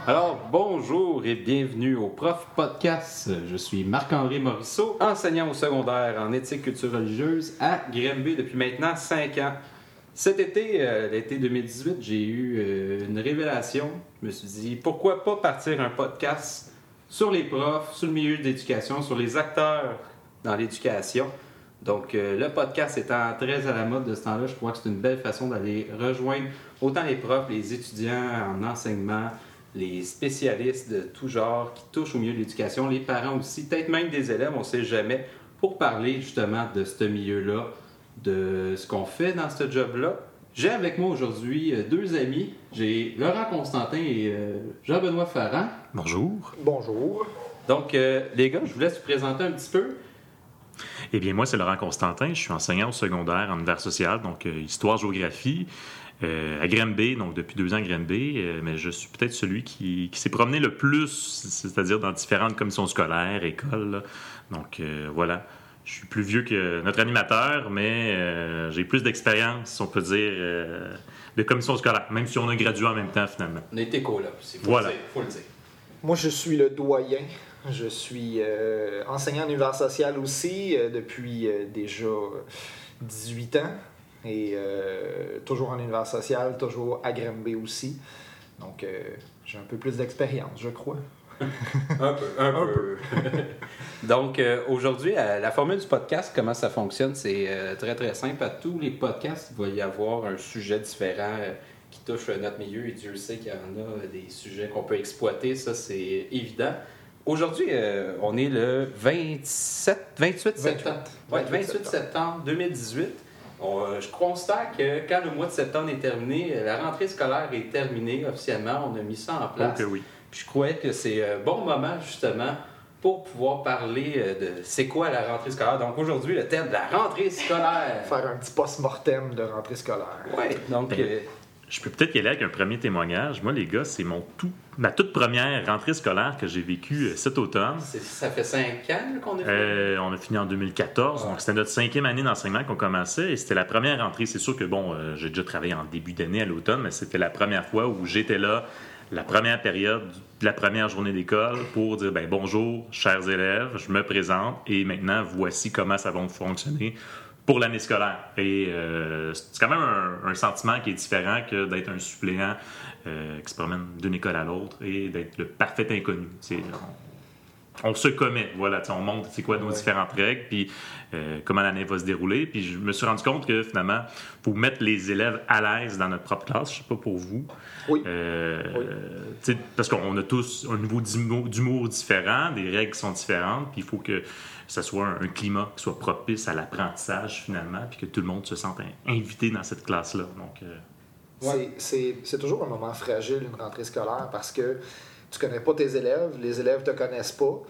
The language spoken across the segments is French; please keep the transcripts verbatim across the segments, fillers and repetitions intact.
Alors, bonjour et bienvenue au Prof Podcast. Je suis Marc-André Morisseau, enseignant au secondaire en éthique culture religieuse à Granby depuis maintenant cinq ans. Cet été, euh, l'été deux mille dix-huit, j'ai eu euh, une révélation. Je me suis dit, pourquoi pas partir un podcast sur les profs, sur le milieu de l'éducation, sur les acteurs dans l'éducation. Donc, euh, le podcast étant très à la mode de ce temps-là, je crois que c'est une belle façon d'aller rejoindre autant les profs, les étudiants en enseignement, les spécialistes de tout genre qui touchent au milieu de l'éducation, les parents aussi, peut-être même des élèves, on ne sait jamais, pour parler justement de ce milieu-là, de ce qu'on fait dans ce job-là. J'ai avec moi aujourd'hui deux amis. J'ai Laurent Constantin et euh, Jean-Benoît Farran. Bonjour. Bonjour. Donc, euh, les gars, je vous laisse vous présenter un petit peu. Eh bien, moi, c'est Laurent Constantin. Je suis enseignant au secondaire en univers social, donc euh, histoire-géographie, euh, à Granby, donc depuis deux ans à Granby. Euh, mais je suis peut-être celui qui, qui s'est promené le plus, c'est-à-dire dans différentes commissions scolaires, écoles. Là. Donc, euh, voilà. Je suis plus vieux que notre animateur, mais euh, j'ai plus d'expérience, si on peut dire, euh, de commission scolaire, même si on a gradué en même temps, finalement. On est éco, là, il faut, voilà. faut le dire. Moi, je suis le doyen. Je suis euh, enseignant en univers social aussi euh, depuis euh, déjà dix-huit ans et euh, toujours en univers social, toujours à Granby aussi. Donc, euh, j'ai un peu plus d'expérience, je crois. un peu, un, un peu. peu. Donc, euh, aujourd'hui, euh, la formule du podcast, comment ça fonctionne, c'est euh, très, très simple. À tous les podcasts, il va y avoir un sujet différent euh, qui touche notre milieu et Dieu sait qu'il y en a des sujets qu'on peut exploiter, ça, c'est évident. Aujourd'hui, euh, on est le vingt-sept, vingt-huit septembre. Ouais, vingt-huit septembre deux mille dix-huit. On, euh, je constate que quand le mois de septembre est terminé, la rentrée scolaire est terminée officiellement. On a mis ça en place. Ok, oui. Puis je croyais que c'est un bon moment, justement, pour pouvoir parler de c'est quoi la rentrée scolaire. Donc aujourd'hui, le thème de la rentrée scolaire. Faire un petit post-mortem de rentrée scolaire. Oui, donc... Ben, euh... Je peux peut-être y aller avec un premier témoignage. Moi, les gars, c'est mon tout, ma toute première rentrée scolaire que j'ai vécue cet automne. C'est, ça fait cinq ans qu'on a fait? Euh, on a fini en deux mille quatorze, ouais. Donc c'était notre cinquième année d'enseignement qu'on commençait et c'était la première rentrée. C'est sûr que, bon, euh, j'ai déjà travaillé en début d'année à l'automne, mais c'était la première fois où j'étais là, la première période de la première journée d'école pour dire, ben bonjour, chers élèves, je me présente et maintenant, voici comment ça va fonctionner pour l'année scolaire. Et euh, c'est quand même un, un sentiment qui est différent que d'être un suppléant euh, qui se promène d'une école à l'autre et d'être le parfait inconnu. On, on se commet, voilà, on montre c'est quoi nos ouais. différentes règles, puis euh, comment l'année va se dérouler. Puis je me suis rendu compte que finalement, il faut mettre les élèves à l'aise dans notre propre classe. Je ne sais pas pour vous. Oui. Euh, oui. Parce qu'on a tous un niveau d'humour, d'humour différent, des règles qui sont différentes, puis il faut que ça soit un, un climat qui soit propice à l'apprentissage finalement, puis que tout le monde se sente in- invité dans cette classe-là. Donc, euh... ouais. c'est, c'est, c'est toujours un moment fragile, une rentrée scolaire, parce que tu connais pas tes élèves, les élèves te connaissent pas.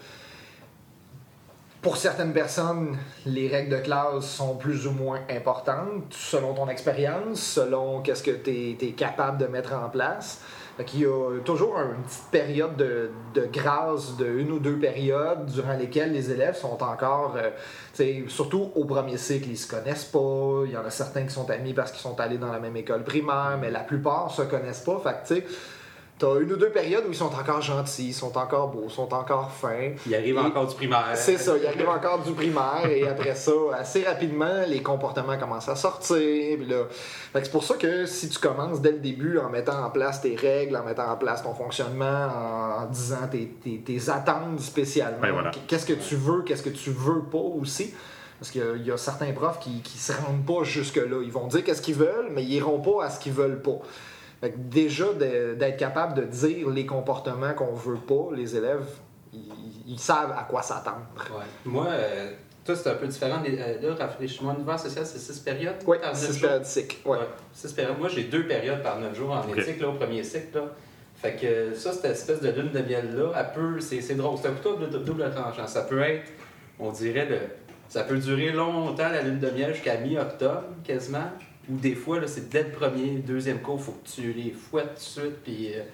Pour certaines personnes, les règles de classe sont plus ou moins importantes, selon ton expérience, selon qu'est-ce que tu es capable de mettre en place. Il y a toujours une petite période de, de grâce de une ou deux périodes durant lesquelles les élèves sont encore, euh, surtout au premier cycle, ils se connaissent pas. Il y en a certains qui sont amis parce qu'ils sont allés dans la même école primaire, mais la plupart se connaissent pas. Fait que, tu sais, t'as une ou deux périodes où ils sont encore gentils, ils sont encore beaux, ils sont encore fins. Ils arrivent et encore du primaire. C'est ça, ils arrivent encore du primaire et après ça, assez rapidement, les comportements commencent à sortir. Puis là, fait que c'est pour ça que si tu commences dès le début en mettant en place tes règles, en mettant en place ton fonctionnement, en, en disant tes, tes, tes attentes spécialement, ben voilà. qu'est-ce que tu veux, qu'est-ce que tu veux pas aussi. Parce qu'il y a, il y a certains profs qui, qui se rendent pas jusque-là. Ils vont dire qu'est-ce qu'ils veulent, mais ils iront pas à ce qu'ils veulent pas. Fait que déjà, de, d'être capable de dire les comportements qu'on veut pas, les élèves, ils, ils savent à quoi s'attendre. Ouais. Moi, euh, toi, c'est un peu différent. Là, rafraîchissement univers social, c'est six périodes? Oui, six périodes cycle. Ouais. Ouais, six périodes. Moi, j'ai deux périodes par neuf jours en okay. éthique, là, au premier cycle. Là. Fait que ça, cette espèce de lune de miel-là, elle peut, c'est, c'est drôle. C'est un couteau de double tranchant. Ça peut être, on dirait, le, ça peut durer longtemps, la lune de miel, jusqu'à mi-octobre, quasiment. Ou des fois, là, c'est dès le premier, deuxième cours, il faut que tu les fouettes tout de suite. Puis, euh,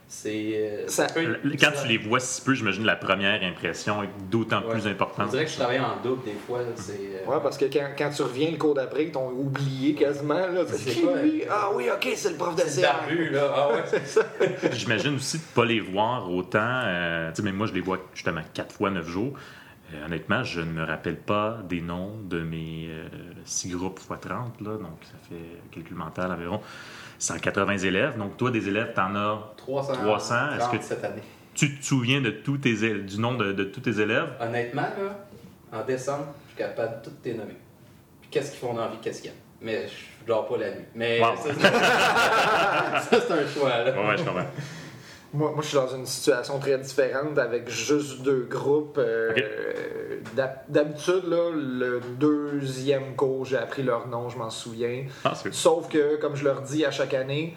C'est, euh, Ça- peut- Quand tu les vois si peu, j'imagine la première impression est d'autant Ouais. plus On importante. dirait que je travaille en double des fois. Là, c'est, euh, Ouais, parce que quand, quand tu reviens le cours d'après, ils t'ont oublié quasiment. Là, C'est c'est qui, quoi, lui? euh, Ah oui, ok, c'est le prof de c'est C le R. barbu, là. Ah ouais. J'imagine aussi de ne pas les voir autant. Euh, tu sais, même moi, je les vois justement quatre fois, neuf jours. Euh, honnêtement, je ne me rappelle pas des noms de mes euh, six groupes fois trente, là, donc ça fait calcul mental environ cent quatre-vingts élèves. Donc, toi, des élèves, tu en as trois cents, trois cents. Est-ce que cette année. tu te souviens de tous tes élèves, du nom de, de tous tes élèves? Honnêtement, là, en décembre, je suis capable de toutes les nommer. Puis qu'est-ce qu'ils font dans la vie, qu'est-ce qu'ils aiment. Mais je dors pas la nuit. Mais Wow. ça, c'est... ça, c'est un choix, là. Ouais, ouais, je comprends. Moi, moi, je suis dans une situation très différente avec juste deux groupes. Euh, Ok. d'hab- D'habitude, là, le deuxième cours, j'ai appris leur nom, je m'en souviens. Ah, c'est Sauf que, comme je leur dis à chaque année,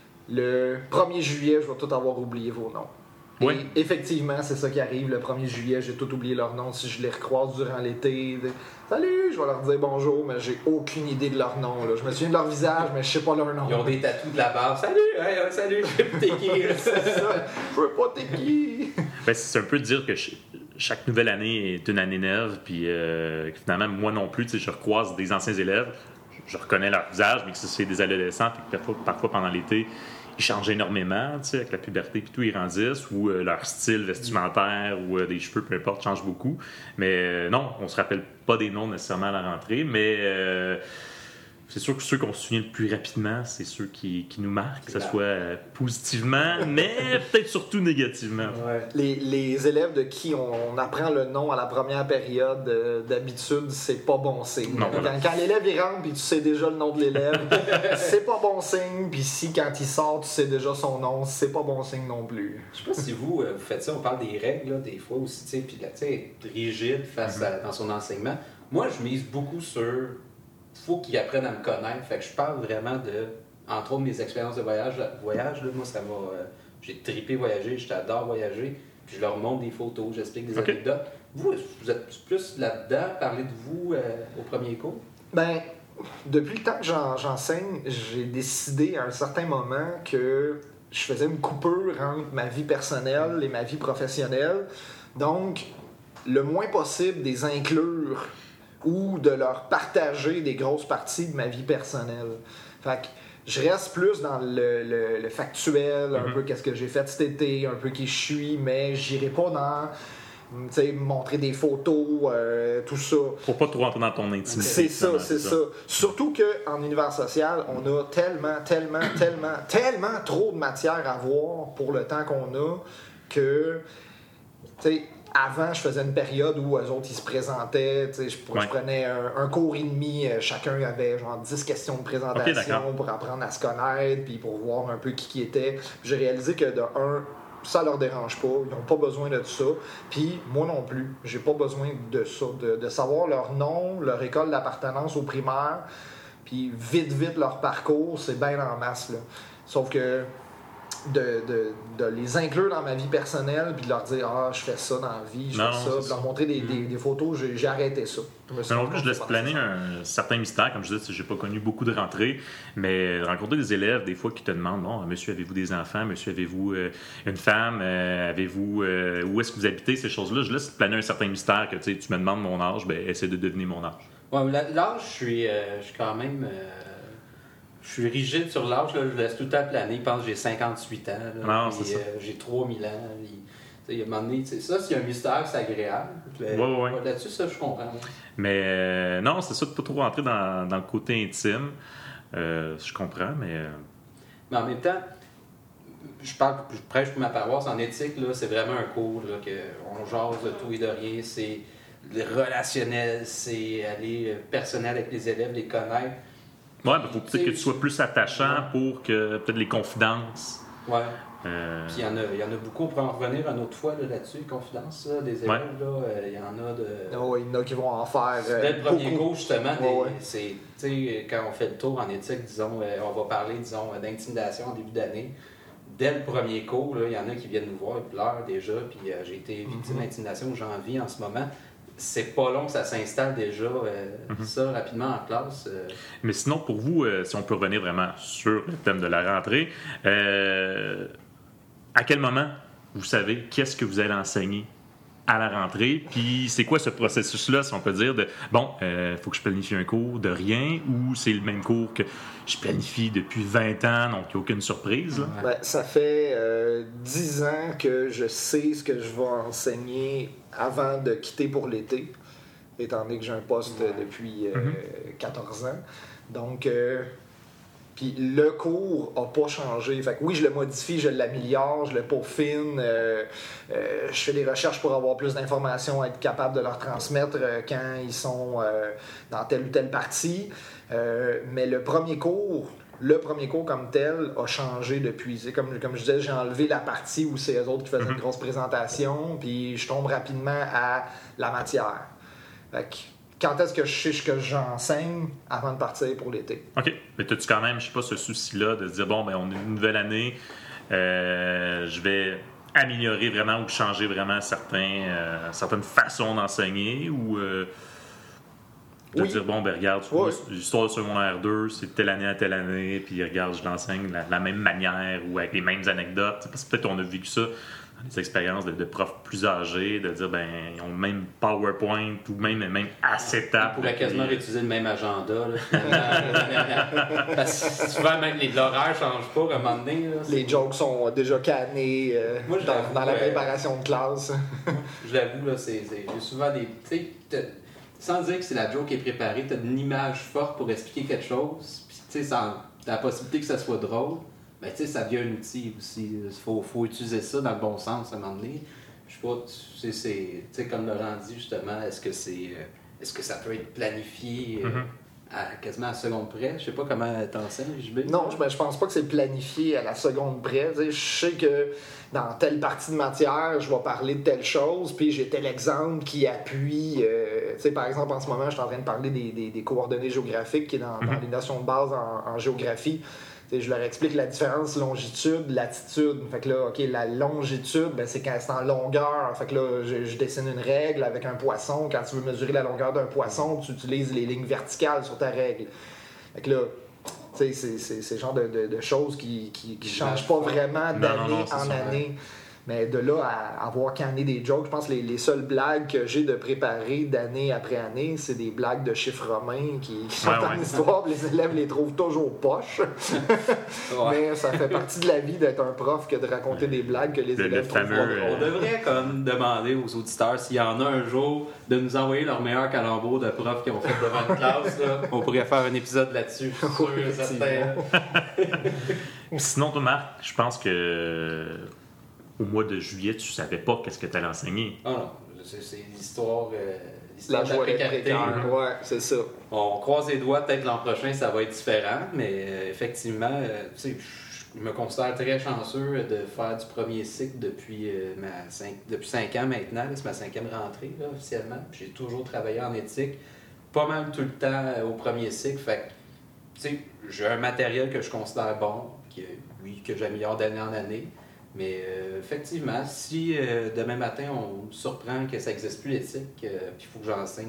le premier juillet, je vais tout avoir oublié vos noms. Oui. Et effectivement, c'est ça qui arrive. Le premier juillet, j'ai tout oublié leurs noms. Si je les recroise durant l'été, de- salut, je vais leur dire bonjour, mais j'ai aucune idée de leur nom. Là. Je me souviens de leur visage, mais je sais pas leur nom. Ils ont des tatous de la barre. Salut, hey, euh, salut, je sais pas t'es qui. là. C'est ça. Je veux pas t'es qui. Ben, c'est un peu dire que ch- chaque nouvelle année est une année neuve, puis euh, que finalement, moi non plus, tu sais, je recroise des anciens élèves, je, je reconnais leur visage, mais que c'est des adolescents, puis que parfois, parfois pendant l'été, ils changent énormément, tu sais, avec la puberté, puis tout, ils grandissent, ou euh, leur style vestimentaire, ou euh, des cheveux, peu importe, change beaucoup. Mais euh, non, on se rappelle pas des noms nécessairement à la rentrée, mais euh, c'est sûr que ceux qu'on se souvient le plus rapidement, c'est ceux qui, qui nous marquent, que ce Clair. soit euh, positivement, mais peut-être surtout négativement. Ouais. Les, les élèves de qui on, on apprend le nom à la première période, euh, d'habitude, c'est pas bon signe. Non, quand voilà. quand l'élève il rentre puis tu sais déjà le nom de l'élève, c'est pas bon signe. Puis si quand il sort, tu sais déjà son nom, c'est pas bon signe non plus. Je sais pas si vous, euh, vous faites ça, on parle des règles, là, des fois aussi, tu sais, puis là, tu sais, être rigide face à, dans son enseignement. Moi, je mise beaucoup sur. Faut qu'ils apprennent à me connaître. Fait que je parle vraiment de, entre autres, mes expériences de voyage. voyage là, moi, ça m'a. euh, j'ai trippé voyager, j'adore voyager. Puis je leur montre des photos, j'explique des Ok. anecdotes. Vous, est-ce que vous êtes plus là-dedans, parler de vous euh, au premier cours? Ben, depuis le temps que j'en- j'enseigne, j'ai décidé à un certain moment que je faisais une coupure entre ma vie personnelle et ma vie professionnelle. Donc, le moins possible des inclure ou de leur partager des grosses parties de ma vie personnelle. Fait que je reste plus dans le, le- le factuel, un Mhm. peu qu'est-ce que j'ai fait cet été, un peu qui je suis, mais j'irai pas dans, tu sais, montrer des photos, euh, tout ça. Faut pas trop rentrer dans ton intimité. C'est ça, finalement, c'est ça. Surtout qu'en univers social, on a tellement, tellement, tellement, tellement trop de matière à voir pour le temps qu'on a que, tu sais, avant, je faisais une période où eux autres, ils se présentaient, tu sais, je, je Ouais. prenais un, un cours et demi, euh, chacun avait genre dix questions de présentation Ok, d'accord. pour apprendre à se connaître, puis pour voir un peu qui qui était. J'ai réalisé que de un, ça leur dérange pas, ils n'ont pas besoin de ça. Puis moi non plus, j'ai pas besoin de ça, de, de savoir leur nom, leur école d'appartenance au primaire, puis vite, vite leur parcours, c'est bien en masse, là. Sauf que de, de, de les inclure dans ma vie personnelle, puis de leur dire « Ah, je fais ça dans la vie, je Non, fais non, ça », c'est puis leur ça. montrer des, des, des photos, j'ai, j'ai arrêté ça. Je me suis Mais non rendu plus, je compte laisse que c'est planer pas un certain mystère. Comme je disais, j'ai pas connu beaucoup de rentrées, mais rencontrer des élèves, des fois, qui te demandent bon, monsieur, avez-vous des enfants? Monsieur, avez-vous euh, une femme? Euh, avez-vous. Euh, où est-ce que vous habitez? Ces choses-là. Je laisse planer un certain mystère que tu sais, tu me demandes mon âge, ben, essaie de deviner mon âge. Ouais, mais la- l'âge, je suis, euh, je suis quand même. euh, je suis rigide sur l'âge, là, je laisse tout le temps planer. Je pense que j'ai cinquante-huit ans. Là, Non, puis, c'est ça. euh, j'ai trois mille ans. puis, tu sais, il y a un moment donné, tu sais, ça, c'est un mystère, c'est agréable. Mais, Ouais, ouais, ouais. Là-dessus, ça, je comprends. ouais. Mais euh, non, c'est ça, de pas trop rentrer dans, dans le côté intime. Euh, je comprends, mais. euh, Mais en même temps, je parle, je prêche pour ma paroisse. En éthique, là, c'est vraiment un cours là, que on jase de tout et de rien. C'est le relationnel, c'est aller euh, personnel avec les élèves, les connaître. Ouais, il faut peut-être que tu sois plus attachant pour que peut-être les confidences. Ouais. euh, Puis il y en a, il y en a beaucoup. On pourrait en revenir une autre fois là, là-dessus, les confidences là, des élèves. Ouais. Là, euh, il y en a de. ça. Oh, il y en a qui vont en faire euh, Dès le premier beaucoup. cours, justement, des- Ouais, ouais. c'est, tu sais, quand on fait le tour en éthique, disons, euh, on va parler, disons, d'intimidation en début d'année. Dès le premier cours, là, il y en a qui viennent nous voir, ils pleurent déjà, puis euh, j'ai été victime Mhm. d'intimidation où j'en vis en ce moment. C'est pas long que ça s'installe déjà, euh, Mhm. ça, rapidement en classe. euh. Mais sinon, pour vous, euh, si on peut revenir vraiment sur le thème de la rentrée, euh, à quel moment vous savez qu'est-ce que vous allez enseigner à la rentrée, puis c'est quoi ce processus-là, si on peut dire, de bon, il euh, faut que je planifie un cours de rien, ou c'est le même cours que je planifie depuis vingt ans, donc il n'y a aucune surprise? Là? Ben, ça fait euh, dix ans que je sais ce que je vais enseigner avant de quitter pour l'été, étant donné que j'ai un poste ouais. depuis euh, mm-hmm. quatorze ans. Donc, euh, puis le cours n'a pas changé. Fait que oui, je le modifie, je l'améliore, je le peaufine, euh, euh, je fais des recherches pour avoir plus d'informations, être capable de leur transmettre euh, quand ils sont euh, dans telle ou telle partie. Euh, mais le premier cours, le premier cours comme tel a changé depuis. C'est comme, comme je disais, j'ai enlevé la partie où c'est eux autres qui faisaient une grosse présentation, puis je tombe rapidement à la matière. Fait que, quand est-ce que je sais ce que j'enseigne avant de partir pour l'été? OK. Mais as-tu quand même, je sais pas, ce souci-là de se dire, bon, ben on est une nouvelle année, euh, je vais améliorer vraiment ou changer vraiment certains, euh, certaines façons d'enseigner ou euh, de oui. dire, bon, ben regarde, tu oui. vois, l'histoire de secondaire deux, c'est telle année à telle année, puis regarde, je l'enseigne de la, la même manière ou avec les mêmes anecdotes. Parce que peut-être on a vécu ça des expériences de, de profs plus âgés, de dire, ben, ils ont le même PowerPoint ou même, même acétate. Ils pourraient quasiment réutiliser le même agenda. Là, parce que souvent, même les l'horaire ne change pas à un moment donné. Là, les jokes sont déjà cannés euh, Moi, je dans, dans la préparation de classe. Je l'avoue, là, c'est, c'est, j'ai souvent des... Tu sais, sans dire que c'est la joke qui est préparée, tu as une image forte pour expliquer quelque chose, puis tu sais, tu as la possibilité que ça soit drôle. Ben, tu sais, ça devient un outil aussi. Il faut, faut utiliser ça dans le bon sens à un moment donné. Je sais pas, tu sais, c'est, tu sais, comme Laurent dit justement, est-ce que c'est, euh, est-ce que ça peut être planifié euh, mm-hmm. à, quasiment à la seconde près? Je sais pas comment t'enseignes, J B. Non, je, ben, je pense pas que c'est planifié à la seconde près. Tu sais, je sais que dans telle partie de matière, je vais parler de telle chose, puis j'ai tel exemple qui appuie. Euh, tu sais, par exemple, en ce moment, je suis en train de parler des, des, des coordonnées géographiques qui est dans, mm-hmm. dans les notions de base en, en géographie. Je leur explique la différence longitude, latitude. Fait que là, OK, la longitude, ben, c'est quand c'est en longueur. Fait que là, je, je dessine une règle avec un poisson. Quand tu veux mesurer la longueur d'un poisson, tu utilises les lignes verticales sur ta règle. Fait que là, tu sais, c'est, c'est, c'est le genre de, de, de choses qui qui, qui changent pas vraiment d'année non, non, non, en année. Vrai. Mais de là à avoir canné des jokes, je pense que les, les seules blagues que j'ai de préparer d'année après année, c'est des blagues de chiffres romains qui, qui sont ouais, en ouais. histoire, les élèves les trouvent toujours poches. ouais. Mais ça fait partie de la vie d'être un prof que de raconter des blagues que les le, élèves le trouvent fameux, pas. On devrait comme demander aux auditeurs s'il y en a un jour de nous envoyer leur meilleur calembour de profs qui ont fait devant une classe. Là. On pourrait faire un épisode là-dessus. Sinon, toi, Marc, je pense que au mois de juillet, tu savais pas qu'est-ce que tu allais enseigner. Ah non, c'est, c'est l'histoire, euh, l'histoire la de la précarité. Ouais, c'est ça. On croise les doigts, peut-être l'an prochain, ça va être différent, mais euh, effectivement, euh, tu sais, je me considère très chanceux de faire du premier cycle depuis, euh, ma cinq, depuis cinq ans maintenant. Là, c'est ma cinquième rentrée, là, officiellement. J'ai toujours travaillé en éthique, pas mal tout le temps euh, au premier cycle. Fait que, tu sais, j'ai un matériel que je considère bon, qui, oui, que j'améliore d'année en année. Mais euh, effectivement, si euh, demain matin on me surprend que ça n'existe plus l'éthique, euh, puis il faut que j'enseigne.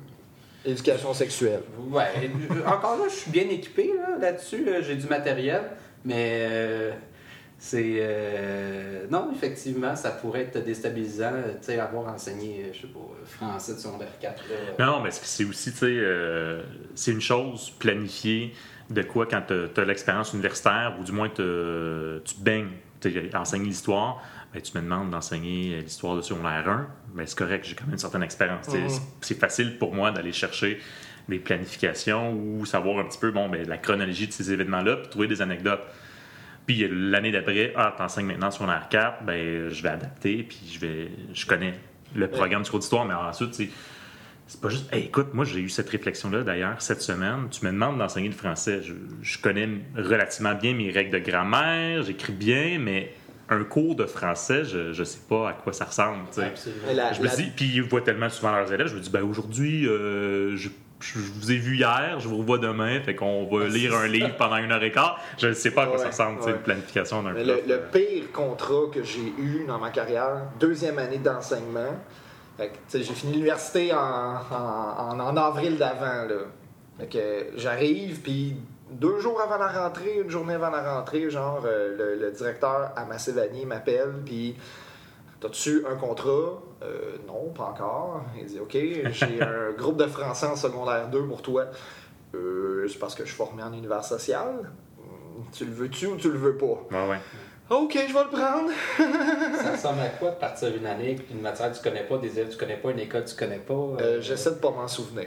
Éducation sexuelle. Ouais. Encore là, je suis bien équipé là, là-dessus. Là, j'ai du matériel, mais euh, c'est. Euh, non, effectivement, ça pourrait être déstabilisant, tu sais, avoir enseigné, je sais pas, français de secondaire quatre. Là. Non, mais c'est aussi, tu sais, euh, c'est une chose planifiée de quoi quand tu as l'expérience universitaire, ou du moins tu baignes. Enseigner l'histoire, ben, tu me demandes d'enseigner l'histoire de secondaire un, ben, c'est correct, j'ai quand même une certaine expérience. Mm-hmm. C'est, c'est facile pour moi d'aller chercher des planifications ou savoir un petit peu bon, ben, la chronologie de ces événements-là, puis trouver des anecdotes. Puis l'année d'après, ah, t'enseignes maintenant secondaire quatre, ben, je vais adapter, puis je vais, je connais le programme ouais. du cours d'histoire, mais ensuite, c'est, c'est pas juste, hey, écoute, moi j'ai eu cette réflexion-là d'ailleurs cette semaine. Tu me demandes d'enseigner le français. Je, je connais relativement bien mes règles de grammaire, j'écris bien, mais un cours de français, je, je sais pas à quoi ça ressemble. La, je me la... dis, puis ils voient tellement souvent leurs élèves, je me dis, ben aujourd'hui, euh, je, je vous ai vu hier, je vous revois demain, fait qu'on va lire un livre pendant une heure et quart. Je ne sais pas à quoi ouais, ça ressemble, ouais. une planification d'un prof. Le, le pire contrat que j'ai eu dans ma carrière, deuxième année d'enseignement. Fait que, j'ai fini l'université en, en, en, en avril d'avant. Là. Fait que j'arrive, puis deux jours avant la rentrée, une journée avant la rentrée, genre, euh, le, le directeur à Massé-Vanier m'appelle, puis t'as-tu un contrat? Euh, non, pas encore. Il dit, OK, j'ai un groupe de français en secondaire deux pour toi. Euh, c'est parce que je suis formé en univers social. Tu le veux-tu ou tu le veux pas? Ouais, ouais. OK, je vais le prendre. Ça ressemble à quoi de partir une année, une matière que tu connais pas, des élèves que tu connais pas, une école que tu connais pas? Euh... Euh, j'essaie de pas m'en souvenir.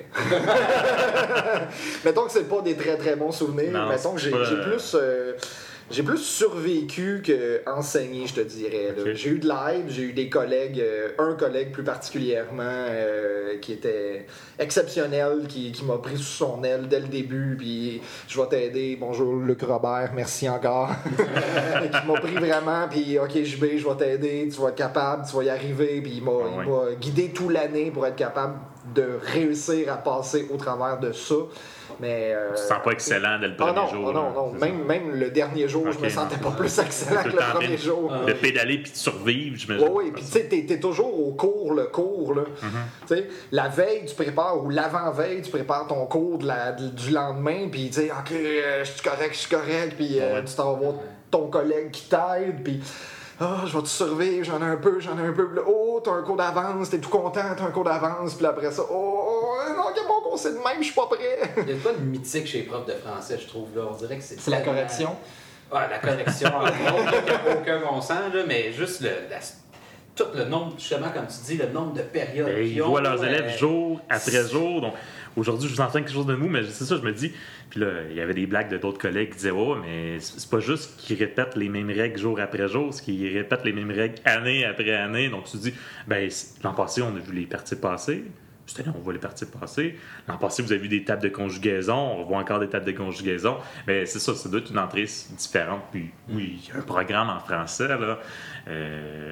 Mettons que c'est pas des très très bons souvenirs. Non, Mettons que j'ai, pas... j'ai plus... Euh, J'ai plus survécu qu'enseigné, je te dirais. Okay. J'ai eu de l'aide, j'ai eu des collègues, euh, un collègue plus particulièrement euh, qui était exceptionnel, qui, qui m'a pris sous son aile dès le début, puis je vais t'aider, bonjour Luc Robert, merci encore. Qui m'a pris vraiment, puis ok J B, je vais t'aider, tu vas être capable, tu vas y arriver, puis il m'a, oh, il oui. m'a guidé toute l'année pour être capable de réussir à passer au travers de ça. Mais, euh, tu te sens pas excellent dès le premier ah non, jour. Ah non, non, même, même le dernier jour, okay, je me sentais non, pas plus excellent que le premier jour. De pédaler puis de survivre, j'imagine. Oui, oui, puis tu sais, t'es, t'es toujours au cours, le cours, là. Mm-hmm. Tu sais, la veille, tu prépares, ou l'avant-veille, tu prépares ton cours de la, de, du lendemain, puis tu sais, OK, euh, je suis correct, je suis correct, puis euh, ouais. tu t'en vas voir ton collègue qui t'aide, puis... Ah, oh, je vais te survivre, j'en ai un peu, j'en ai un peu. Oh, t'as un cours d'avance, t'es tout content, t'as un cours d'avance. Puis après ça, oh, oh non, quel bon cours, c'est de même, je suis pas prêt. Il y a pas de mythique chez les profs de français, je trouve. Là. On dirait que c'est. C'est la correction. Ah, la correction, en gros, qui n'a aucun bon sens, là, mais juste le. La... tout le nombre, justement, comme tu dis, le nombre de périodes. Et ils voient leurs élèves euh... jour après jour. Donc, aujourd'hui, je vous enseigne quelque chose de nouveau, mais c'est ça, je me dis. Puis là, il y avait des blagues de d'autres collègues qui disaient, oh, mais c'est pas juste qu'ils répètent les mêmes règles jour après jour, c'est qu'ils répètent les mêmes règles année après année. Donc, tu te dis, ben, l'an passé, on a vu les parties passées. Cette année, on voit les parties passées. L'an passé, vous avez vu des tables de conjugaison. On revoit encore des tables de conjugaison. Mais c'est ça, ça doit être une entrée différente. Puis, oui, il y a un programme en français, là. Euh...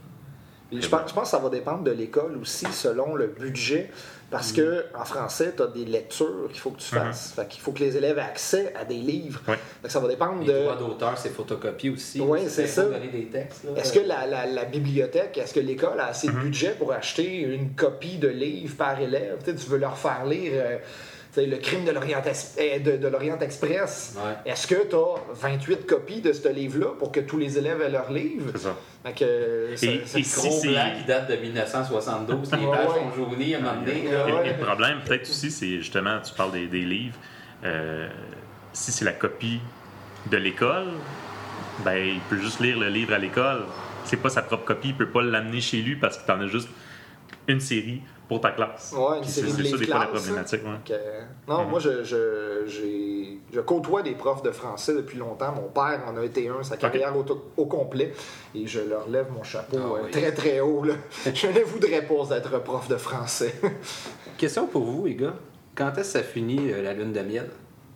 Je pense, je pense que ça va dépendre de l'école aussi, selon le budget. Parce mmh. que en français, tu as des lectures qu'il faut que tu fasses. Mmh. Fait qu'il faut que les élèves aient accès à des livres. Oui. Fait que ça va dépendre les de. Les droits d'auteur, c'est photocopié aussi. Oui, c'est ça. Donner des textes, là. Est-ce que la, la, la bibliothèque, est-ce que l'école a assez mmh. de budget pour acheter une copie de livre par élève? Tu sais, tu veux leur faire lire. Euh, le crime de l'Orient, de, de l'Orient Express. Ouais. Est-ce que tu as vingt-huit copies de ce livre-là pour que tous les élèves aient leur livre? C'est ça. Donc, euh, et, c'est, et c'est gros si blanc c'est... qui date de dix-neuf cent soixante-douze, les ouais, pages ouais. sont jaunies à un moment donné. Ouais, ouais. Et, et le problème, peut-être aussi, c'est justement, tu parles des, des livres, euh, si c'est la copie de l'école, ben il peut juste lire le livre à l'école. C'est pas sa propre copie, il peut pas l'amener chez lui parce que t'en as juste une série pour ta classe. Ouais, une Puis série c'est, de c'est ça des fois la classes, problématique. Ouais. Okay. Non, mm-hmm. moi, je, je, j'ai, je côtoie des profs de français depuis longtemps. Mon père en a été un, sa carrière okay. au, au complet. Et je leur lève mon chapeau oh, euh, oui. très, très haut. Là. Je ne voudrais pas être prof de français. Question pour vous, les gars. Quand est-ce que ça finit euh, la lune de miel?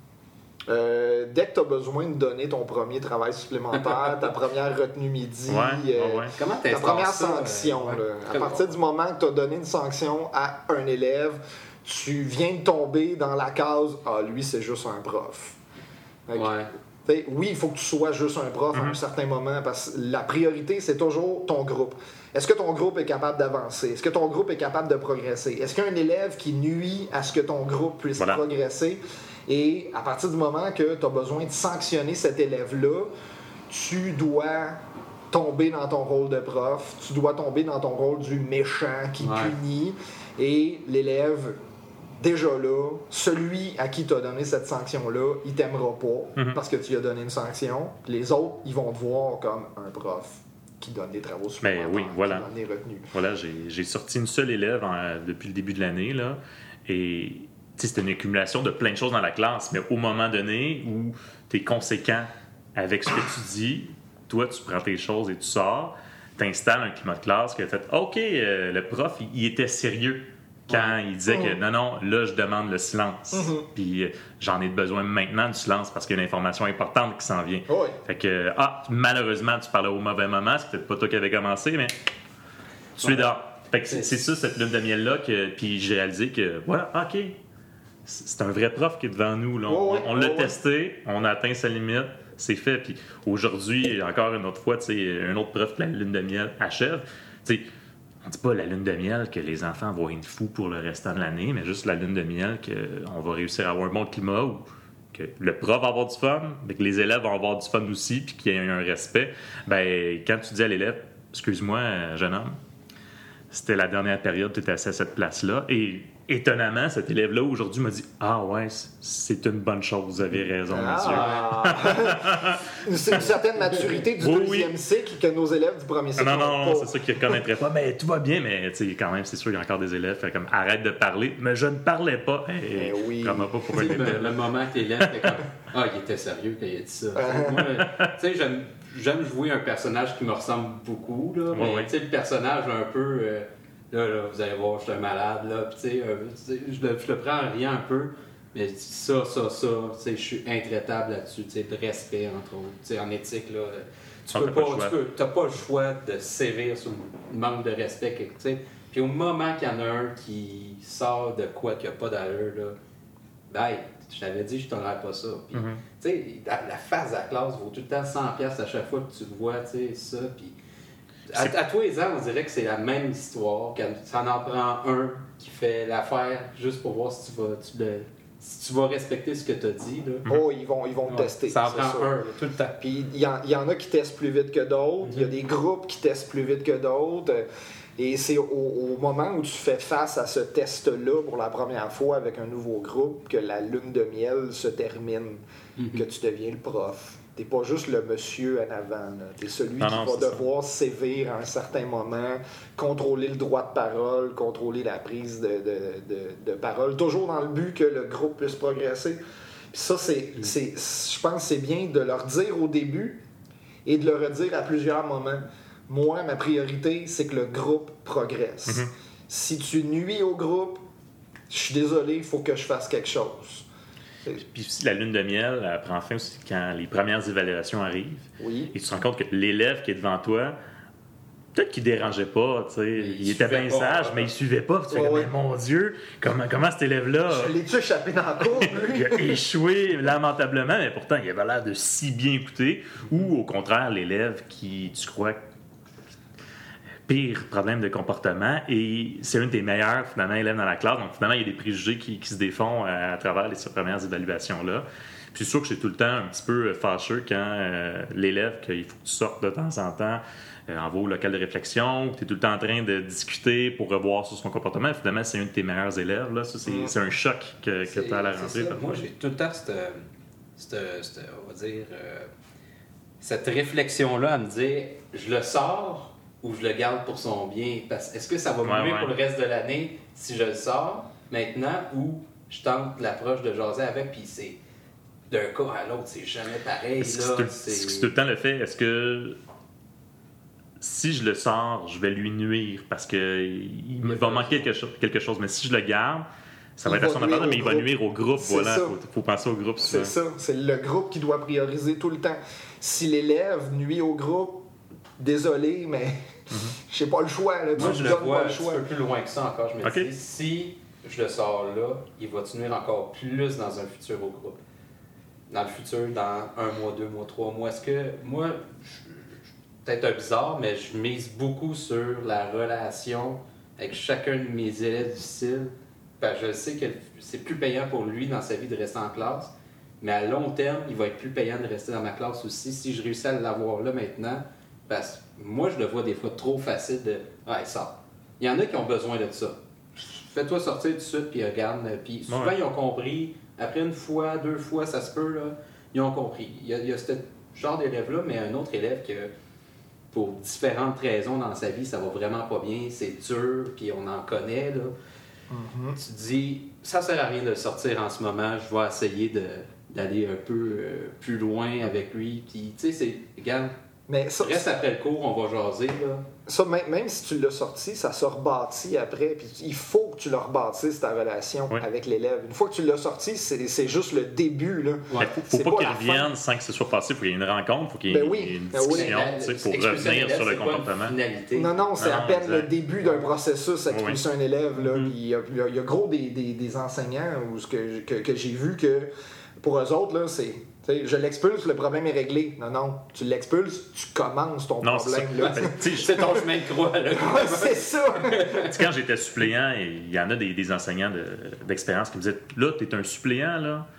Euh, dès que tu as besoin de donner ton premier travail supplémentaire, ta première retenue midi, ouais, euh, ouais. Comment ta première ça, sanction. Euh, ouais. là. À partir du moment que tu as donné une sanction à un élève, tu viens de tomber dans la case « Ah, lui, c'est juste un prof. » Ouais. Oui, il faut que tu sois juste un prof mm-hmm. à un certain moment, parce que la priorité, c'est toujours ton groupe. Est-ce que ton groupe est capable d'avancer? Est-ce que ton groupe est capable de progresser? Est-ce qu'il y a un élève qui nuit à ce que ton groupe puisse voilà. progresser? Et à partir du moment que tu as besoin de sanctionner cet élève-là, tu dois tomber dans ton rôle de prof, tu dois tomber dans ton rôle du méchant qui ouais. punit, et l'élève, déjà là, celui à qui tu as donné cette sanction-là, il t'aimera pas mm-hmm. parce que tu lui as donné une sanction. Les autres, ils vont te voir comme un prof qui donne des travaux supplémentaires, oui, voilà. qui donne des retenues. Voilà, j'ai, j'ai sorti une seule élève en, depuis le début de l'année, là, et c'est une accumulation de plein de choses dans la classe, mais au moment donné où tu es conséquent avec ce que tu dis, toi, tu prends tes choses et tu sors, tu installes un climat de classe qui a fait « OK, euh, le prof, il, il était sérieux quand ouais. il disait que non, non, là, je demande le silence. Mm-hmm. Puis euh, j'en ai besoin maintenant du silence parce qu'il y a une information importante qui s'en vient. Ouais. Fait que, ah, malheureusement, tu parlais au mauvais moment, c'est peut-être pas toi qui avais commencé, mais tu ouais. es dehors. Fait que c'est, c'est ça, cette lune de miel-là, que, puis j'ai réalisé que, voilà, OK, c'est un vrai prof qui est devant nous. Là. On, oh, on l'a oh, testé, on a atteint sa limite, c'est fait. Puis aujourd'hui, encore une autre fois, un autre prof que la lune de miel achève. T'sais, on dit pas la lune de miel que les enfants vont être fous pour le restant de l'année, mais juste la lune de miel qu'on va réussir à avoir un bon climat où que le prof va avoir du fun, mais que les élèves vont avoir du fun aussi, puis qu'il y ait un respect, ben quand tu dis à l'élève, excuse-moi, jeune homme, c'était la dernière période, tu étais assis à cette place-là, et étonnamment, cet élève-là aujourd'hui m'a dit « Ah ouais, c'est une bonne chose, vous avez raison, ah. monsieur. » C'est une certaine maturité du oui, deuxième oui. cycle que nos élèves du premier cycle Non, non, non, pas. c'est ça qu'ils ne reconnaîtraient pas. Mais tout va bien, mais quand même, c'est sûr qu'il y a encore des élèves fait comme « Arrête de parler. » Mais je ne parlais pas. Hey, oui. Comment pas pourquoi le, le moment que l'élève était comme « Ah, il était sérieux quand il a dit ça. » Moi, tu sais, j'aime, j'aime jouer un personnage qui me ressemble beaucoup, là, mais ouais. tu sais, le personnage un peu... Euh, Là, là, vous allez voir, je suis un malade, là, puis tu sais, euh, je, le, je le prends en riant un peu, mais ça, ça, ça, tu sais, je suis intraitable là-dessus, tu sais, de respect, entre autres, tu sais, en éthique, là, tu ah, peux pas, pas tu peux, t'as pas le choix de sévir sur le manque de respect, tu sais, puis au moment qu'il y en a un qui sort de quoi qu'il n'y a pas d'allure, là, ben, je t'avais dit, je t'enlève pas ça, puis, mm-hmm. tu sais, la, la face de la classe vaut tout le temps cent dollars à chaque fois que tu le vois, tu sais, ça, puis... À, à tous les ans, on dirait que c'est la même histoire, que ça en prend un qui fait l'affaire juste pour voir si tu vas, tu le, si tu vas respecter ce que tu as dit. Là. Oh, ils vont, ils vont ouais, te tester. Ça en prend ça. un, là, tout le temps. Puis il y, y en a qui testent plus vite que d'autres, il mm-hmm. y a des groupes qui testent plus vite que d'autres. Et c'est au, au moment où tu fais face à ce test-là pour la première fois avec un nouveau groupe que la lune de miel se termine, mm-hmm. que tu deviens le prof. T'es pas juste le monsieur en avant. T'es celui non, qui non, va devoir ça. sévir à un certain moment, contrôler le droit de parole, contrôler la prise de, de, de, de parole, toujours dans le but que le groupe puisse progresser. Puis ça, c'est, mm. c'est, je pense que c'est bien de leur dire au début et de le redire à plusieurs moments. Moi, ma priorité, c'est que le groupe progresse. Mm-hmm. Si tu nuis au groupe, je suis désolé, il faut que je fasse quelque chose. Puis aussi, la lune de miel, elle prend fin aussi quand les premières évaluations arrivent. Oui. Et tu te rends compte que l'élève qui est devant toi, peut-être qu'il ne dérangeait pas, tu sais, il, il était bien sage, pas, mais il ne suivait pas. Tu fais ouais, comme, mon Dieu, comment, comment cet élève-là... Je l'ai-tu échappé dans la cour, lui? Il a échoué lamentablement, mais pourtant, il avait l'air de si bien écouter. Ou au contraire, l'élève qui, tu crois, pire problème de comportement, et c'est un de tes meilleurs, finalement, élèves dans la classe. Donc, finalement, il y a des préjugés qui, qui se défont à, à travers les premières évaluations-là. Puis c'est sûr que c'est tout le temps un petit peu fâcheux quand euh, l'élève, qu'il faut que tu sortes de temps en temps euh, en va au local de réflexion, que tu es tout le temps en train de discuter pour revoir sur son comportement. Finalement, c'est un de tes meilleurs élèves. Là. Ça, c'est, mmh. c'est un choc que, que tu as à la rentrée. Moi, j'ai tout le temps cette, cette, cette on va dire, euh, cette réflexion-là à me dire, je le sors ou je le garde pour son bien? Parce, est-ce que ça va me ouais, nuire ouais. pour le reste de l'année si je le sors maintenant ou je tente l'approche de jaser avec, puis c'est d'un cas à l'autre, c'est jamais pareil. Est-ce là, que c'est, c'est... est-ce que tout le temps le fait? Est-ce que si je le sors, je vais lui nuire parce qu'il me va manquer quelque chose, quelque chose, mais si je le garde, ça va il être à son appartement, mais il va nuire au groupe. C'est voilà, il faut, faut penser au groupe. C'est ça, c'est le groupe qui doit prioriser tout le temps. Si l'élève nuit au groupe, désolé, mais mm-hmm. j'ai pas le choix. Là. Moi, tu je le vois un petit peu plus loin que ça encore. Je me okay. dis, si je le sors là, il va te nuire encore plus dans un futur au groupe. Dans le futur, dans un mois, deux mois, trois mois. Est-ce que moi, je, peut-être un bizarre, mais je mise beaucoup sur la relation avec chacun de mes élèves difficiles. Parce que je sais que c'est plus payant pour lui dans sa vie de rester en classe, mais à long terme, il va être plus payant de rester dans ma classe aussi si je réussis à l'avoir là maintenant. Parce que moi, je le vois des fois trop facile de « Ah, il sort ». Il y en a qui ont besoin de ça. Fais-toi sortir tout de suite, puis regarde. Puis souvent, ouais. ils ont compris. Après une fois, deux fois, ça se peut, là, ils ont compris. Il y a, il y a ce genre d'élève-là, mais un autre élève que, pour différentes raisons dans sa vie, ça va vraiment pas bien, c'est dur, puis on en connaît, là. Mm-hmm. Tu te dis, ça sert à rien de le sortir en ce moment, je vais essayer de, d'aller un peu euh, plus loin avec lui. Puis, tu sais, c'est, regarde, mais ça, reste après le cours, on va jaser, là. Ça, même, même si tu l'as sorti, ça se rebâtit après. Puis il faut que tu le rebâtisses, ta relation oui. avec l'élève. Une fois que tu l'as sorti, c'est, c'est juste le début. Il ne ouais. faut, faut pas, pas qu'il revienne sans que ce soit passé. Il faut qu'il y ait une rencontre, il faut qu'il y ait ben oui. une, une discussion ben oui. pour revenir sur le comportement. Non, non, c'est non, à peine exact. le début d'un processus à expulser oui. un élève. Là, mm-hmm. il, y a, il y a gros des, des, des enseignants où ce que, que, que j'ai vu que pour eux autres, là, c'est... je l'expulse, le problème est réglé. Non, non, tu l'expulses, tu commences ton non, problème. C'est, là. c'est, c'est ton chemin de croix. Là. Ouais, c'est ça. Quand j'étais suppléant, il y en a des, des enseignants de, d'expérience qui me disaient « Là, tu es un suppléant, là.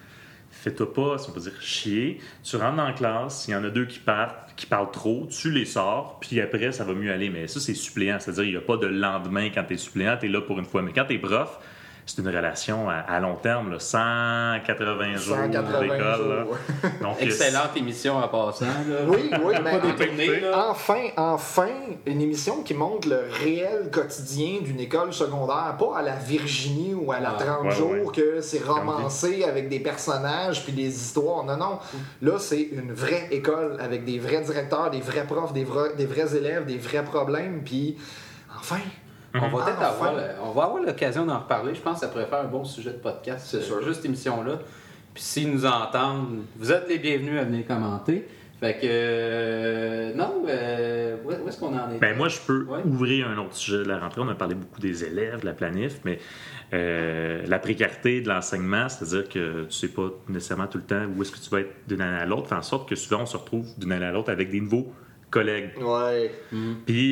fais-toi pas, si on peut dire, chier. Tu rentres dans la classe, il y en a deux qui partent, qui parlent trop, tu les sors, puis après, ça va mieux aller. Mais ça, c'est suppléant. C'est-à-dire, il n'y a pas de lendemain quand tu es suppléant, tu es là pour une fois. Mais quand tu es prof, c'est une relation à, à long terme, là, cent quatre-vingts jours d'école. Là. Donc, excellente euh, émission en passant. Là. Oui, oui, mais détourner, enfin, enfin, une émission qui montre le réel quotidien d'une école secondaire, pas à la Virginie ou à la ah, trente ouais, jours ouais. que c'est romancé avec des personnages puis des histoires. Non, non. Là, c'est une vraie école avec des vrais directeurs, des vrais profs, des vrais, des vrais élèves, des vrais problèmes. Puis, enfin... On va peut-être avoir, on va avoir l'occasion d'en reparler. Je pense que ça pourrait faire un bon sujet de podcast, c'est sûr. Juste cette émission-là. Puis s'ils nous entendent, vous êtes les bienvenus à venir commenter. Fait que, euh, non, euh, où est-ce qu'on en est? Ben moi, je peux ouais. ouvrir un autre sujet de la rentrée. On a parlé beaucoup des élèves, de la planif, mais euh, la précarité de l'enseignement, c'est-à-dire que tu sais pas nécessairement tout le temps où est-ce que tu vas être d'une année à l'autre, fait en sorte que souvent, on se retrouve d'une année à l'autre avec des nouveaux collègues. Ouais. Mm. Puis,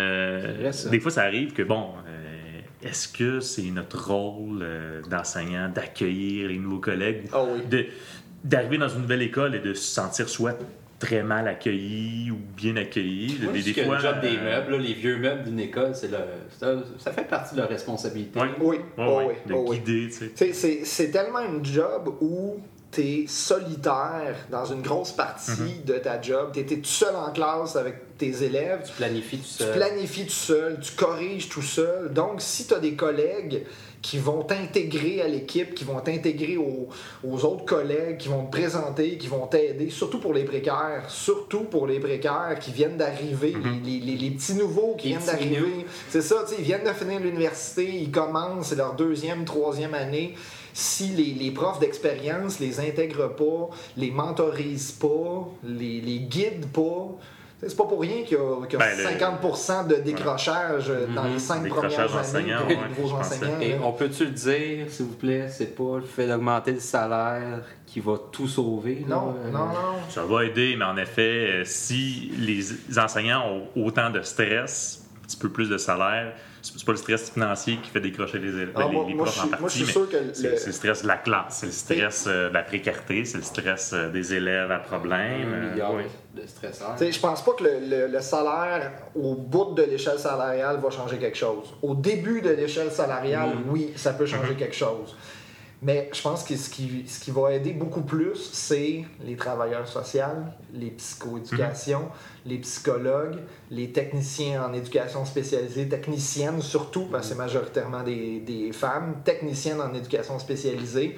euh, des fois, ça arrive que, bon, euh, est-ce que c'est notre rôle euh, d'enseignant d'accueillir les nouveaux collègues? Oh oui. de, d'arriver dans une nouvelle école et de se sentir soit très mal accueilli ou bien accueilli. Moi, des, des des fois, le job euh, des meubles, là, les vieux meubles d'une école, c'est le, c'est un, ça fait partie de leur responsabilité. Oui, oui. Ouais, oh, ouais. oui. De oh, guider, oui. tu sais. C'est, c'est tellement un job où t'es solitaire dans une grosse partie mm-hmm. de ta job. T'es, t'es tout seul en classe avec tes élèves. Tu planifies tout seul. Tu planifies tout seul, tu corriges tout seul. Donc, si t'as des collègues qui vont t'intégrer à l'équipe, qui vont t'intégrer aux, aux autres collègues, qui vont te présenter, qui vont t'aider, surtout pour les précaires, surtout pour les précaires qui viennent d'arriver, mm-hmm. les, les, les petits nouveaux qui les viennent d'arriver. Nouveaux. C'est ça, tu sais, ils viennent de finir l'université, ils commencent, c'est leur deuxième, troisième année. Si les, les profs d'expérience les intègrent pas, les mentorisent pas, les, les guident pas, c'est pas pour rien qu'il y a, qu'il y a ben, cinquante pour cent de décrochage ouais. dans mm-hmm. les cinq premières années pour les ouais, nouveaux enseignants. Et on peut-tu le dire, s'il vous plaît, c'est pas le fait d'augmenter le salaire qui va tout sauver? Non, là. non, non. Ça va aider, mais en effet, si les enseignants ont autant de stress, un petit peu plus de salaire, c'est pas le stress financier qui fait décrocher les, élèves, ah, les, moi, les profs moi, en partie, moi, je suis sûr que c'est, le... c'est le stress de la classe, c'est le stress euh, de la précarité, c'est le stress euh, des élèves à problème. Un milliard euh, de stresseurs. Je pense pas que le, le, le salaire au bout de l'échelle salariale va changer quelque chose. Au début de l'échelle salariale, mmh. oui, ça peut changer mmh. quelque chose. Mais je pense que ce qui, ce qui va aider beaucoup plus, c'est les travailleurs sociaux, les psychoéducations, mmh. les psychologues, les techniciens en éducation spécialisée, techniciennes surtout, parce que c'est majoritairement des, des femmes, techniciennes en éducation spécialisée.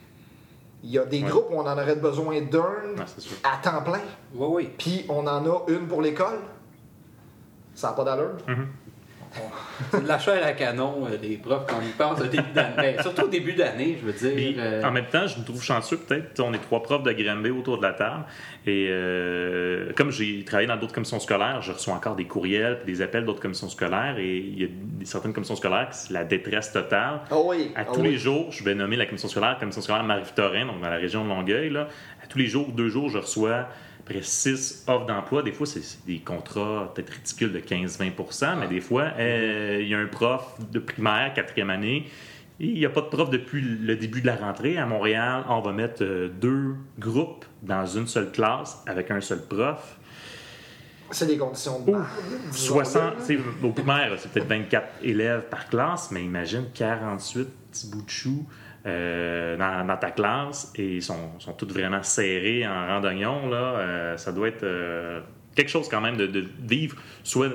Il y a des ouais. groupes où on en aurait besoin d'un ouais, à temps plein. Oui, oui. Puis on en a une pour l'école. Ça n'a pas d'allure. Mmh. C'est de l'achat à la canon, euh, les profs, quand ils pensent au début d'année. Ben, surtout au début d'année, je veux dire. Et, euh... En même temps, je me trouve chanceux, peut-être. On est trois profs de Granby autour de la table. Et euh, comme j'ai travaillé dans d'autres commissions scolaires, je reçois encore des courriels et des appels d'autres commissions scolaires. Et il y a des, certaines commissions scolaires qui c'est la détresse totale. Oh oui. À oh tous oui. les jours, je vais nommer la commission scolaire, la commission scolaire Marie-Victorin, donc dans la région de Longueuil. Là. À tous les jours, deux jours, je reçois après six offres d'emploi. Des fois, c'est, c'est des contrats peut-être ridicules de quinze à vingt pour cent, mais des fois, il euh, y a un prof de primaire, quatrième année, et il n'y a pas de prof depuis le début de la rentrée. À Montréal, on va mettre euh, deux groupes dans une seule classe avec un seul prof. C'est des conditions de base. soixante, au primaire, c'est peut-être vingt-quatre élèves par classe, mais imagine quarante-huit petits bouts de chou. Euh, dans, dans ta classe et ils sont, sont tous vraiment serrés en rang d'oignon, là, euh, ça doit être euh, quelque chose quand même de, de vivre soit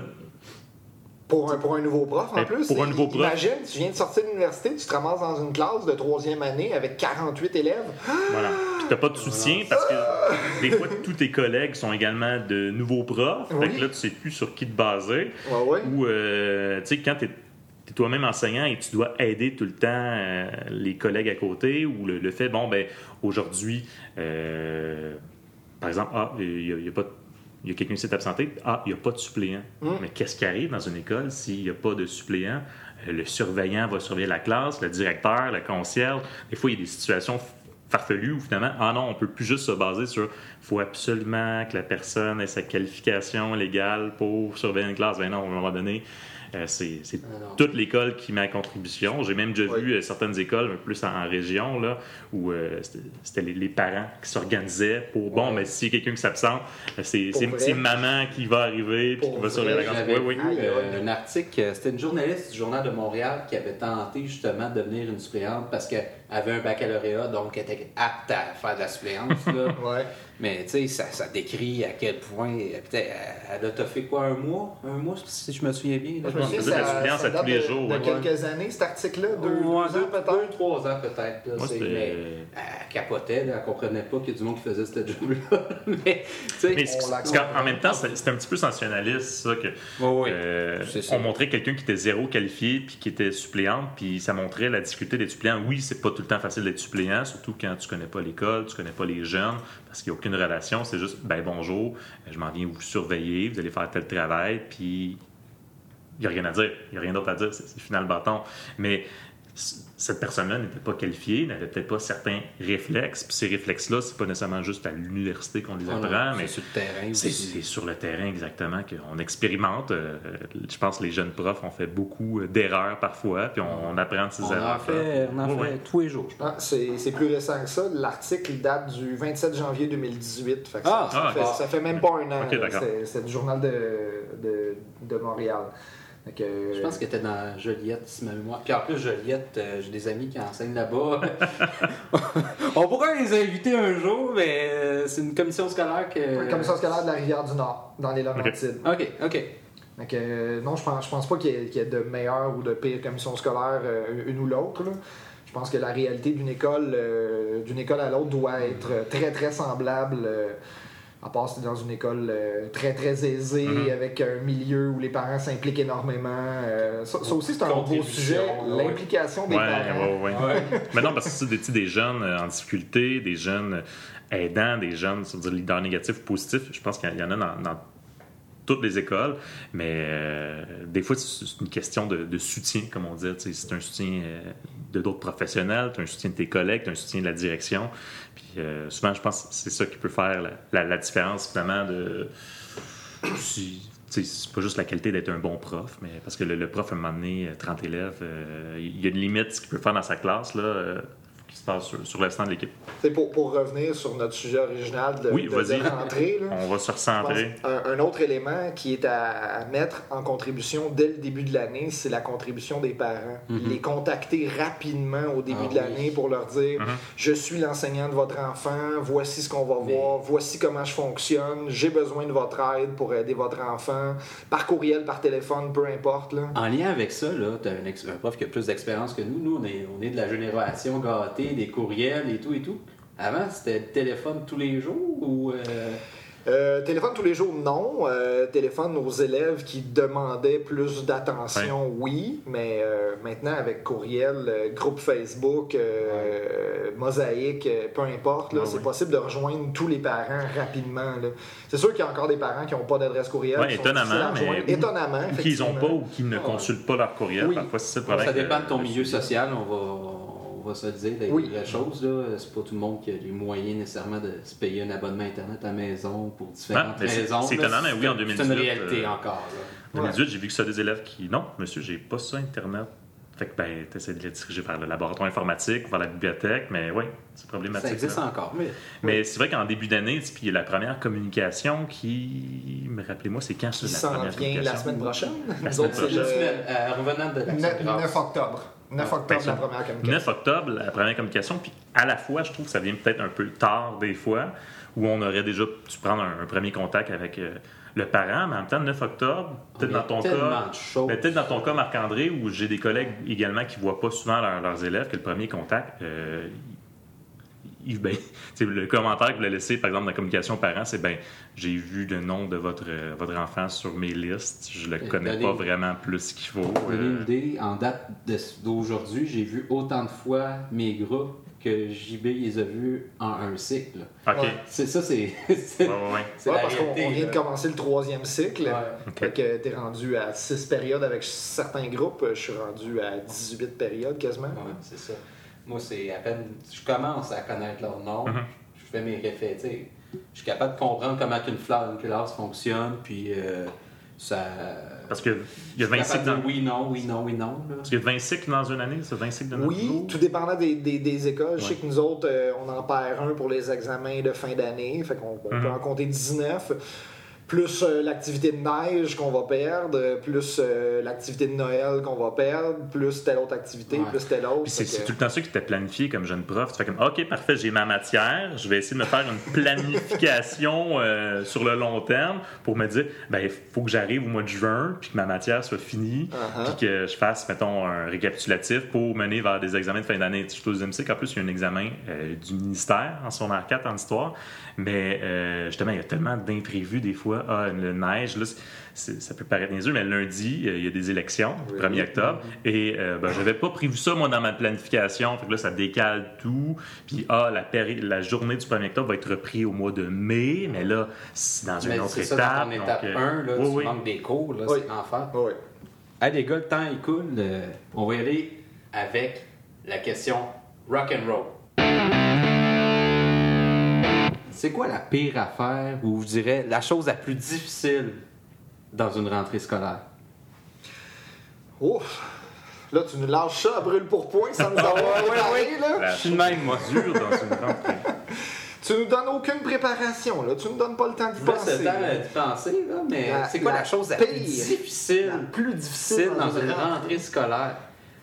pour un, pour un nouveau prof en ben, plus. Pour un nouveau prof. Imagine, tu viens de sortir de l'université, tu te ramasses dans une classe de troisième année avec quarante-huit élèves. Voilà. Puis t'as pas de soutien parce que des fois tous tes collègues sont également de nouveaux profs. Oui. Fait que là tu sais plus sur qui te baser. Ouais, ouais. Ou euh, tu sais quand t'es t'es toi-même enseignant et tu dois aider tout le temps euh, les collègues à côté, ou le, le fait, bon, ben aujourd'hui, euh, par exemple, ah, il y a, il y a pas de il y a quelqu'un qui s'est absenté, ah, il n'y a pas de suppléant. Mm. Mais qu'est-ce qui arrive dans une école s'il n'y a pas de suppléant? Euh, le surveillant va surveiller la classe, le directeur, le concierge. Des fois, il y a des situations farfelues où finalement, ah non, on ne peut plus juste se baser sur il faut absolument que la personne ait sa qualification légale pour surveiller une classe. Ben non, à un moment donné, Euh, c'est c'est Ah toute l'école qui met à contribution. J'ai même déjà Oui. vu euh, certaines écoles, plus en, en région, là, où euh, c'était c'était les, les parents qui s'organisaient pour, bon, Ouais. mais s'il y a quelqu'un qui s'absente, euh, c'est Pour c'est vrai. c'est maman qui va arriver puis Pour qui va surveiller vrai, la grande. J'avais Oui, oui. vu Aïe, euh, aïe. un article, euh, c'était une journaliste du Journal de Montréal qui avait tenté justement de devenir une suppléante parce qu'elle avait un baccalauréat, donc elle était apte à faire de la suppléance. Là. Ouais. Mais tu sais, ça, ça décrit à quel point. euh, Peut-être, elle elle a toffé quoi, un mois Un mois, si je me souviens bien. là. Je me souviens, faisait de la ça- suppléance ça à date tous les de- jours, De ouais. quelques années, cet article-là, deux, Ouais, deux ans deux, peut-être. deux, trois ans peut-être. là, Moi, c'est- c'était- mais elle capotait, là, elle comprenait pas qu'il y a du monde qui faisait ce job-là. mais, tu sais, Mais on c'est- la parce qu'en- comprend. en même temps, c'est- c'était un petit peu sensationnaliste, ça, que oui, oui. euh, C'est ça. on montrait quelqu'un qui était zéro qualifié puis qui était suppléante, puis ça montrait la difficulté d'être suppléant. Oui, c'est pas tout le temps facile d'être suppléant, surtout quand tu connais pas l'école, tu connais pas les jeunes, parce qu'il n'y a aucune relation, c'est juste, ben bonjour, je m'en viens vous surveiller, vous allez faire tel travail, puis il n'y a rien à dire, il n'y a rien d'autre à dire, c'est c'est final bâton. Mais c- cette personne-là n'était pas qualifiée, n'avait peut-être pas certains réflexes, puis ces réflexes-là, c'est pas nécessairement juste à l'université qu'on les Oh non, apprend, c'est mais sur le terrain c'est aussi. c'est sur le terrain exactement qu'on expérimente. Euh, je pense que les jeunes profs ont fait beaucoup d'erreurs parfois, puis on, on apprend de ces On en erreurs. fait, on en Oui, fait oui. tous les jours, je pense. Ah, c'est c'est plus récent que ça. L'article date du vingt-sept janvier deux mille dix-huit. Fait que Ah, ça, ça ah, fait, d'accord. ça fait même pas un an. Ok, là. d'accord. C'est- C'est du journal de, de, de Montréal. Fait que, Je pense qu'elle était dans Joliette, si ma mémoire. Puis en plus, Joliette, euh, j'ai des amis qui enseignent là-bas. On pourrait les inviter un jour, mais euh, c'est une commission scolaire que. Une commission scolaire de la Rivière-du-Nord, dans les Laurentides. Ok, ok. Fait que, euh, non, je pense, je pense pas qu'il y, ait- qu'il y ait de meilleure ou de pire commission scolaire, euh, une ou l'autre. là. Je pense que la réalité d'une école, euh, d'une école à l'autre doit être très, très semblable. euh, à part si t'es dans une école euh, très, très aisée, Mhm. avec un milieu où les parents s'impliquent énormément. euh, ça, ça aussi, c'est un beau Contribution, sujet, là, ouais. l'implication des Ouais, parents. ouais, ouais. Mais non, parce que c'est des, tu sais, des jeunes euh, en difficulté, des jeunes aidants, des jeunes, ça veut dire leaders négatifs ou positifs. Je pense qu'il y en a dans, dans toutes les écoles, mais euh, des fois, c'est c'est une question de, de soutien, comme on dit. Tu sais, c'est un soutien euh, de d'autres professionnels, tu as un soutien de tes collègues, tu as un soutien de la direction. Puis euh, souvent, je pense que c'est ça qui peut faire la, la, la différence, finalement, de... Si, tu sais, c'est pas juste la qualité d'être un bon prof, mais parce que le, le prof, à un moment donné, trente élèves, euh, il y a une limite ce qu'il peut faire dans sa classe, là, euh, qui se passe sur, sur l'instant de l'équipe. C'est pour, pour revenir sur notre sujet original de, Oui, de, vas-y. de rentrée, là. On va se Je pense recentrer. Un, un autre élément qui est à, à mettre en contribution dès le début de l'année, c'est la contribution des parents. Mhm. Les contacter rapidement au début Ah de oui. l'année pour leur dire Mhm. je suis l'enseignant de votre enfant, voici ce qu'on va Mais- voir, voici comment je fonctionne, j'ai besoin de votre aide pour aider votre enfant, par courriel, par téléphone, peu importe. Là. En lien avec ça, là, tu as un, ex- un prof qui a plus d'expérience que nous. Nous, on est, on est de la génération gâtée, des courriels et tout et tout. Avant, c'était le téléphone tous les jours ou. euh, Euh, téléphone tous les jours, non. Euh, téléphone aux élèves qui demandaient plus d'attention, oui. Mais euh, maintenant, avec courriel, euh, groupe Facebook, euh, mosaïque, euh, peu importe, là, Ah c'est oui. possible de rejoindre tous les parents rapidement. là. C'est sûr qu'il y a encore des parents qui n'ont pas d'adresse courriel. Ouais, qui sont étonnamment, difficiles à rejoindre. mais- Étonnamment, Ou qu'ils n'ont pas effectivement. ou qu'ils ne Ouais. consultent pas leur courriel. Oui. Parfois, c'est ça le ça problème. dépend de ton le milieu suivi. social, on va, on va se le dire, les Oui. vraies choses. Là. C'est pas tout le monde qui a les moyens nécessairement de se payer un abonnement Internet à la maison pour différentes Ouais, mais c'est- raisons. c'est là. étonnant, mais oui, en C'est deux mille dix-huit, une réalité euh, encore. Là. En deux mille dix-huit, j'ai vu que ça des élèves qui. Non, monsieur, j'ai pas ça Internet. Fait que, ben, t'essaies de les diriger vers le laboratoire informatique, vers la bibliothèque, mais oui, c'est problématique. Ça existe là. encore. Mais... Mais c'est vrai qu'en début d'année, tu sais, puis il y a la première communication qui. Me rappelez-moi, c'est quand Qui ça, la s'en première vient communication? la semaine prochaine. La Nous semaine autres, c'est prochaine. Une le semaine, euh, revenant de l'action neuf de grâce. octobre. neuf Ah, octobre, ben, la première communication. neuf octobre, la première communication, puis à la fois, je trouve que ça vient peut-être un peu tard des fois, où on aurait déjà pu prendre un, un premier contact avec euh, le parent, mais en même temps, neuf octobre, peut-être Il y a dans ton tellement cas. de choses. Mais peut-être dans ton cas, Marc-André, où j'ai des collègues également qui ne voient pas souvent leur- leurs élèves, que le premier contact, euh, il- ben, tu sais, le commentaire que vous voulez laisser, par exemple, dans la communication aux parents, c'est ben, j'ai vu le nom de votre, euh, votre enfant sur mes listes, je le Et connais donnez- pas vraiment plus qu'il faut. Pour donner euh, une idée, en date de- d'aujourd'hui, j'ai vu autant de fois mes groupes que J B les a vus en un cycle. OK. Ouais. C'est ça, c'est c'est- Ouais, ouais, ouais. c'est Ouais, la parce qu'on réalité, on vient là. de commencer le troisième cycle. Ouais. OK. Fait que t'es rendu à six périodes avec certains groupes. Je suis rendu à dix-huit périodes quasiment. Ouais, c'est ça. Moi, c'est à peine. Je commence à connaître leur nom. Mhm. Je fais mes références. Je suis capable de comprendre comment une, fla- une classe fonctionne. Puis, euh, ça... Parce qu'il y a vingt cycles dans... Oui, non, oui, non, oui, non. Là. Parce qu'il y a vingt cycles dans une année, c'est vingt cycles de notre Oui, jour. tout dépendant des, des, des écoles. Je Ouais. sais que nous autres, euh, on en perd un pour les examens de fin d'année. Fait qu'on on Mm-hmm. peut en compter dix-neuf. Plus euh, l'activité de neige qu'on va perdre, euh, plus euh, l'activité de Noël qu'on va perdre, plus telle autre activité, Ouais. plus telle autre. Puis c'est, Fait c'est que- tout le temps ça qui était planifié comme jeune prof. Tu fais comme, OK, parfait, j'ai ma matière. Je vais essayer de me faire une planification euh, sur le long terme pour me dire, ben, il faut que j'arrive au mois de juin, puis que ma matière soit finie, Uh-huh. puis que je fasse, mettons, un récapitulatif pour mener vers des examens de fin d'année. Je suis au deuxième cycle, en plus, il y a un examen euh, du ministère en secondaire quatre en histoire. Mais euh, justement, il y a tellement d'imprévus des fois. Ah, le neige, là, c'est, c'est, ça peut paraître niaiseux, mais lundi, euh, il y a des élections, le Oui. premier octobre. Et euh, ben, j'avais pas prévu ça, moi, dans ma planification. Fait que là, ça décale tout. Puis, ah, la, péri- la journée du premier octobre va être reprise au mois de mai. Mais là, c'est dans Mais une autre c'est ça, étape. dans ton étape donc, euh, un, là, oui, tu oui. manques des cours, là, Oui. c'est l'enfer. Oui. Hey les gars, le temps il coule. Euh, on va y aller avec la question rock and roll. C'est quoi la pire affaire ou je dirais la chose la plus difficile dans une rentrée scolaire? Ouf! Là, tu nous lâches ça à brûle pour point sans nous avoir préparé, là. La Je suis de même, moi. Dur dans une rentrée. Tu nous donnes aucune préparation, là. Tu nous donnes pas le temps d'y Je laisse penser. le temps là. d'y penser, là, mais La- c'est quoi la, la chose la pire, plus difficile, La plus difficile difficile dans une rentrée scolaire?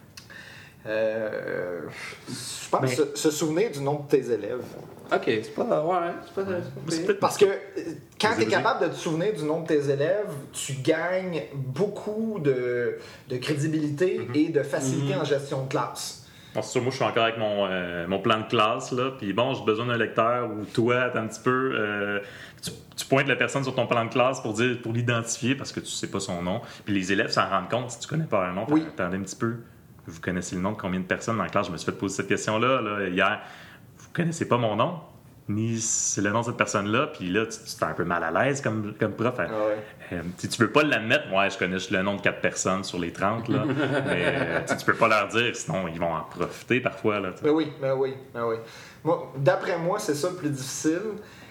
Euh, je pense Mais- se, se souvenir du nom de tes élèves. Ok, c'est pas. Ouais, c'est pas. c'est pas C'est pire. peut-être Parce que euh, quand Vas-y, tu es vas-y. capable de te souvenir du nom de tes élèves, tu gagnes beaucoup de, de crédibilité Mm-hmm. et de facilité en gestion de classe. Bon, c'est sûr, moi, je suis encore avec mon, euh, mon plan de classe, là. Puis bon, j'ai besoin d'un lecteur ou toi, attends un petit peu. euh, tu, tu pointes la personne sur ton plan de classe pour dire, pour l'identifier parce que tu sais pas son nom. Puis les élèves s'en rendent compte si tu connais pas un nom. Oui. Attendez un petit peu. Vous connaissez le nom de combien de personnes dans la classe? Je me suis fait poser cette question-là là, hier. Vous connaissez pas mon nom? Ni c'est le nom de cette personne-là. Puis là, tu, tu t'es un peu mal à l'aise comme, comme prof. Ah ouais. Euh, si tu veux pas l'admettre, ouais, je connais juste le nom de quatre personnes sur les trente, là. Mais euh, tu, tu peux pas leur dire, sinon ils vont en profiter parfois, là. tu sais. Ben oui, ben oui, ben oui. Moi, d'après moi, c'est ça le plus difficile.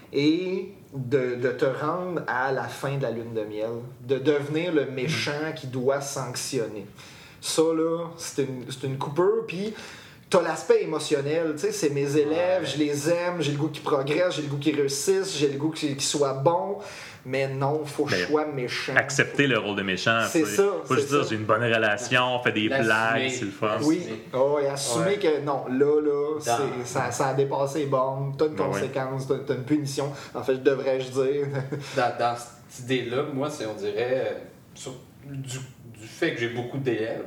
Et de, de te rendre à la fin de la lune de miel. De devenir le méchant qui doit sanctionner. Ça, là, c'est une, c'est une coupure. Puis, t'as l'aspect émotionnel. Tu sais, c'est mes élèves, Ouais. je les aime, j'ai le goût qu'ils progressent, j'ai le goût qu'ils réussissent, j'ai le goût qu'ils qu'ils soient bons. Mais non, faut que je Ben, sois méchant. Accepter le rôle de méchant. C'est tu sais. ça, Pas juste c'est dire ça. j'ai une bonne relation, on fait des L'assumer. blagues, c'est le fun. Oui, Assumer. oh, et assumer Ouais. que non, là, là, Dans- c'est- ça, ça a dépassé les bornes, t'as une Ben ouais. conséquence, t'as, t'as une punition. En fait, devrais-je dire. Dans, dans cette idée-là, moi, c'est, on dirait, euh, sur- du, du fait que j'ai beaucoup d'élèves,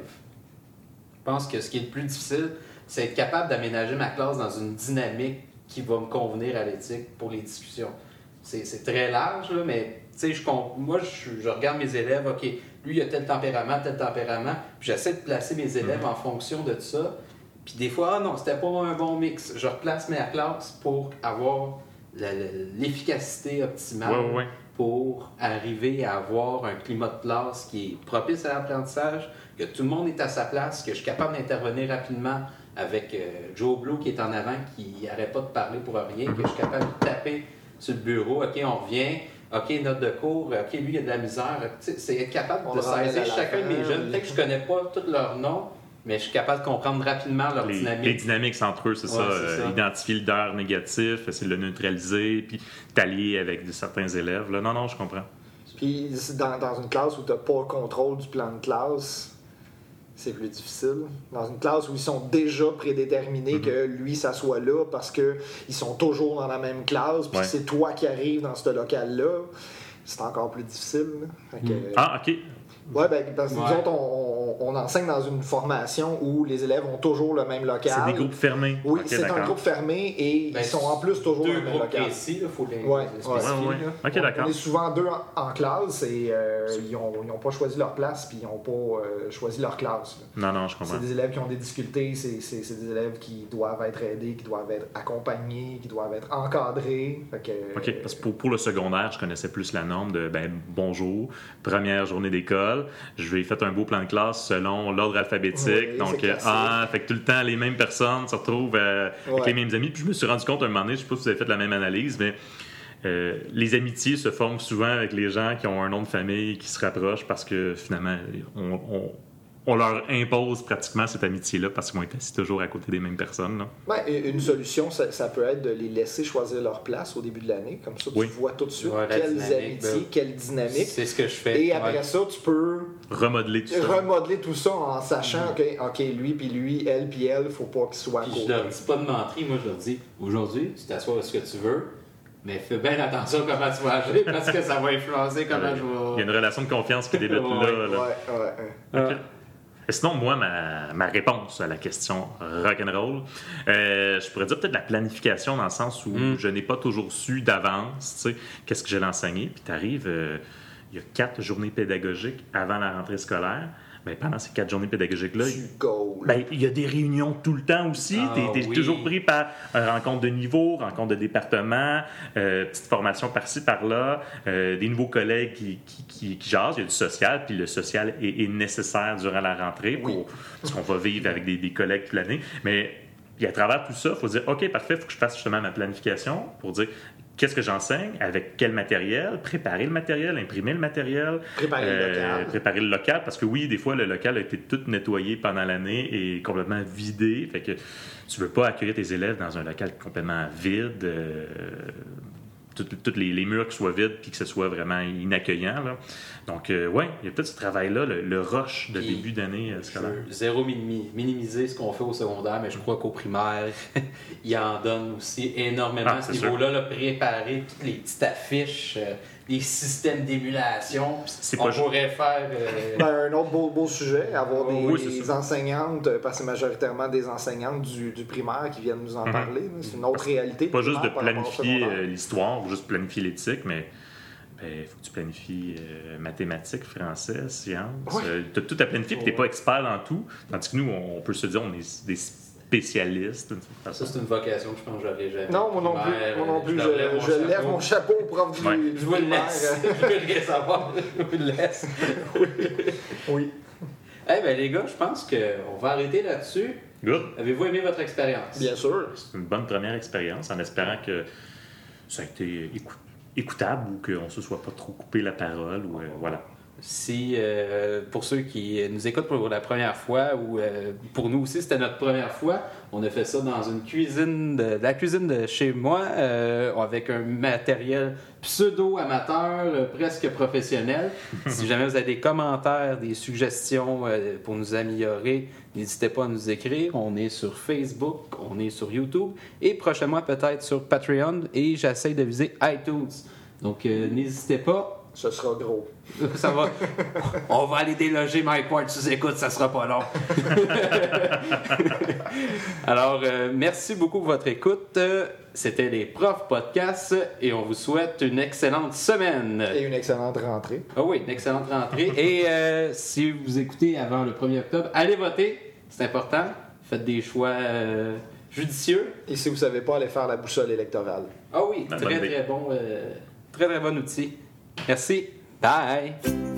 je pense que ce qui est le plus difficile, c'est être capable d'aménager ma classe dans une dynamique qui va me convenir à l'éthique pour les discussions. C'est, c'est très large, là, mais tu sais, je comp- moi, je, je regarde mes élèves, OK, lui, il a tel tempérament, tel tempérament, puis j'essaie de placer mes élèves en fonction de ça. Puis des fois, ah non, c'était pas un bon mix. Je replace ma classe pour avoir la- la- l'efficacité optimale Ouais, ouais, ouais. pour arriver à avoir un climat de classe qui est propice à l'apprentissage, que tout le monde est à sa place, que je suis capable d'intervenir rapidement avec euh, Joe Blow qui est en avant, qui n'arrête pas de parler pour rien, que je suis capable de taper sur le bureau, OK, on revient, OK, note de cours, OK, lui, il a de la misère. Tu sais, c'est être capable On de le ramène saisir à la chacun de mes fin, jeunes. on Peut-être que je connais pas tous leurs noms, mais je suis capable de comprendre rapidement leur Les, dynamique. les dynamiques entre eux, c'est Ouais, ça. c'est euh, ça. Identifier le leader négatif, essayer de le neutraliser, puis t'allier avec de- certains élèves. Là. Non, non, je comprends. Puis dans, dans une classe où t'as pas le contrôle du plan de classe, c'est plus difficile. Dans une classe où ils sont déjà prédéterminés Mm-hmm. que lui, ça soit là parce que ils sont toujours dans la même classe, puis Ouais. c'est toi qui arrives dans ce local-là, c'est encore plus difficile. là. Fait que, Ah, OK. Ouais, ben, parce que nous Ouais. autres, on, on- on enseigne dans une formation où les élèves ont toujours le même local. C'est des groupes fermés. Oui, OK, c'est un d'accord. groupe fermé et Ben, ils sont en plus toujours dans deux le même groupes local. précis, il faut les, Ouais, les ouais. spécifier. Ouais, ouais. là. OK, On- d'accord. On est souvent deux en, en classe et euh, ils n'ont pas choisi leur place puis ils n'ont pas euh, choisi leur classe. là. Non, non, je comprends. C'est des élèves qui ont des difficultés, c'est c'est- c'est des élèves qui doivent être aidés, qui doivent être accompagnés, qui doivent être encadrés. Fait que, OK, parce que pour, pour le secondaire, je connaissais plus la norme de ben, bonjour, première journée d'école, je vais faire un beau plan de classe selon l'ordre alphabétique. Oui, donc, c'est euh, classique. ah, fait que tout le temps, les mêmes personnes se retrouvent euh, avec Ouais. les mêmes amis. Puis je me suis rendu compte un moment donné, je sais pas si vous avez fait la même analyse, mais euh, les amitiés se forment souvent avec les gens qui ont un nom de famille qui se rapprochent parce que finalement, on, on, on leur impose pratiquement cette amitié-là parce qu'ils vont être assis toujours à côté des mêmes personnes. Là. Ouais, une solution, ça, ça peut être de les laisser choisir leur place au début de l'année. Comme ça, tu oui. vois tout de suite ouais, quelles dynamique, amitiés, ben, quelle dynamique. C'est ce que je fais. Et après ouais. ça, tu peux remodeler tout ça. remodeler tout ça en sachant que, OK, lui, puis lui, elle, puis elle, faut pas qu'ils soient à Puis côté. je leur dis pas de mentir, moi je leur dis aujourd'hui, tu t'assois à ce que tu veux, mais fais bien attention comment tu vas agir parce que ça va influencer comment Euh, je vais. Il y a une relation de confiance qui débute Ouais, là. Ouais, là. ouais, ouais. Okay. Et sinon, moi, ma, ma réponse à la question rock'n'roll, euh, je pourrais dire peut-être la planification dans le sens où Mm. je n'ai pas toujours su d'avance, tu sais, qu'est-ce que j'allais enseigner. Puis tu arrives, euh, il y a quatre journées pédagogiques avant la rentrée scolaire. Ben, pendant ces quatre journées pédagogiques-là, Tu go. ben, il y a des réunions tout le temps aussi. Ah, Tu es oui. toujours pris par une rencontre de niveau, rencontre de département, euh, petite formation par-ci, par-là, euh, des nouveaux collègues qui, qui, qui, qui jasent. Il y a du social, puis le social est, est nécessaire durant la rentrée pour, Oui. parce qu'on va vivre avec des, des collègues toute l'année. Mais puis à travers tout ça, il faut dire, OK, parfait, il faut que je fasse justement ma planification pour dire qu'est-ce que j'enseigne, avec quel matériel, préparer le matériel, imprimer le matériel. Préparer le local. Préparer le local, parce que oui, des fois, le local a été tout nettoyé pendant l'année et complètement vidé. Fait que tu veux pas accueillir tes élèves dans un local complètement vide. Euh, tous les, les murs qui soient vides puis que ce soit vraiment inaccueillant. Là. Donc, euh, oui, il y a peut-être ce travail-là, le, le rush de Puis, début d'année euh, scolaire. Je veux zéro minimi- minimiser ce qu'on fait au secondaire, mais je crois qu'au primaire, il en donne aussi énormément Ah, à ce c'est niveau-là, là, préparer toutes les petites affiches, euh, les systèmes d'émulation. C'est On pas ju- pourrait faire. euh, Ben, un autre beau, beau sujet, avoir des, Oui, c'est des ça. enseignantes, parce que c'est majoritairement des enseignantes du, du primaire qui viennent nous en Mhm. parler. là. C'est une autre réalité. Pas juste de primaire par rapport au planifier secondaire. euh, l'histoire ou juste planifier l'éthique, mais il faut que tu planifies euh, mathématiques, français, sciences. Ouais. Euh, tu as tout à planifier, puis tu n'es pas expert dans tout. Tandis que nous, on peut se dire on est des spécialistes. d'une certaine façon. Ça, c'est une vocation que je pense que j'aurais jamais. Non, moi non plus. Primaire, Moi non euh, plus. Je, leur lève mon je lève chapeau. mon chapeau au prof du, Ouais. du Je vous le primaire. laisse. Je veux rien savoir. Je vous le laisse. Oui. Eh bien, les gars, je pense qu'on va arrêter là-dessus. Good. Avez-vous aimé votre expérience? Bien sûr. C'est une bonne première expérience en espérant que ça a été écou- écoutable ou qu'on ne se soit pas trop coupé la parole. Ou, euh, voilà. Si, euh, pour ceux qui nous écoutent pour la première fois, ou euh, pour nous aussi, c'était notre première fois, on a fait ça dans une cuisine, de, la cuisine de chez moi, euh, avec un matériel pseudo-amateur, euh, presque professionnel. Si jamais vous avez des commentaires, des suggestions euh, pour nous améliorer, n'hésitez pas à nous écrire. On est sur Facebook, on est sur YouTube et prochainement peut-être sur Patreon et j'essaie de viser iTunes. Donc, euh, n'hésitez pas. Ce sera gros. Ça va. On va aller déloger Mike Ward, tu écoutes, ça sera pas long. Alors, euh, merci beaucoup pour votre écoute. Euh, C'était les Profs Podcasts et on vous souhaite une excellente semaine. Et une excellente rentrée. Ah oui, une excellente rentrée. Et euh, si vous écoutez avant le premier octobre, allez voter, c'est important. Faites des choix euh, judicieux. Et si vous ne savez pas, allez faire la boussole électorale. Ah oui, Ben, très bonne idée. très bon, euh, très très bon outil. Merci. Bye.